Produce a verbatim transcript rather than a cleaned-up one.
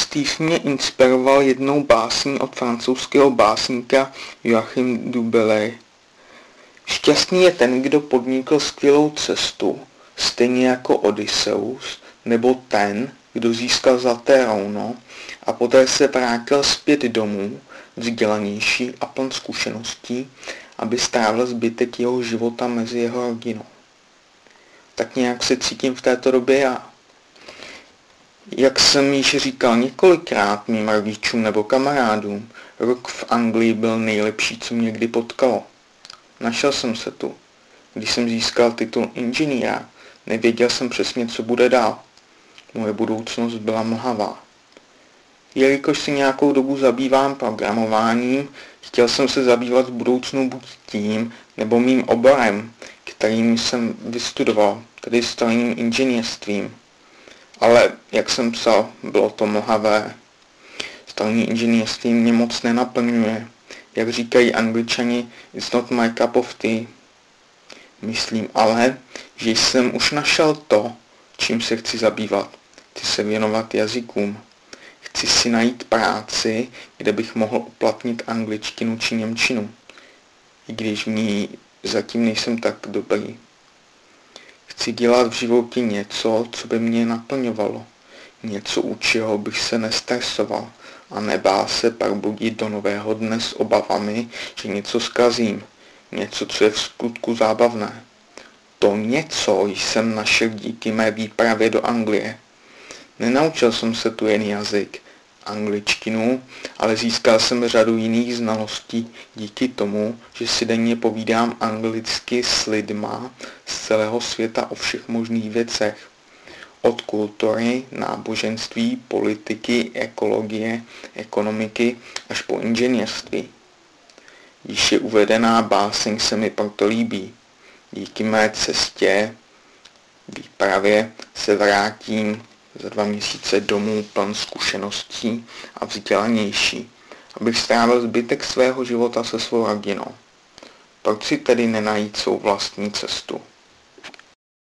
Steve mě inspiroval jednou básní od francouzského básníka Joachim du Bellay. Šťastný je ten, kdo podnikl skvělou cestu, stejně jako Odysseus, nebo ten, kdo získal zlaté rouno a poté se vrátil zpět domů, vzdělanější a pln zkušeností, aby strávil zbytek jeho života mezi jeho rodinou. Tak nějak se cítím v této době já. Jak jsem již říkal několikrát mým rodičům nebo kamarádům, rok v Anglii byl nejlepší, co mě kdy potkalo. Našel jsem se tu. Když jsem získal titul inženýra, nevěděl jsem přesně, co bude dál. Moje budoucnost byla mlhavá. Jelikož se nějakou dobu zabývám programováním, chtěl jsem se zabývat v budoucnu buď tím, nebo mým oborem, kterým jsem vystudoval, tedy strojním inženýrstvím. Ale, jak jsem psal, bylo to mlhavé. Strojní inženýrství mě moc nenaplňuje. Jak říkají Angličani, it's not my cup of tea. Myslím ale, že jsem už našel to, čím se chci zabývat. Chci se věnovat jazykům. Chci si najít práci, kde bych mohl uplatnit angličtinu či němčinu, i když v ní zatím nejsem tak dobrý. Chci dělat v životě něco, co by mě naplňovalo, něco, u čeho bych se nestresoval a nebál se pak budit do nového dne s obavami, že něco zkazím, něco, co je v skutku zábavné. To něco jsem našel díky mé výpravě do Anglie. Nenaučil jsem se tu jen jazyk, angličtinu, ale získal jsem řadu jiných znalostí díky tomu, že si denně povídám anglicky s lidma z celého světa o všech možných věcech. Od kultury, náboženství, politiky, ekologie, ekonomiky až po inženýrství. Již je uvedená báseň se mi proto líbí. Díky mé cestě, výpravě se vrátím za dva měsíce domů pln zkušeností a vzdělanější, abych strávil zbytek svého života se svou rodinou. Proč si tedy nenajít svou vlastní cestu?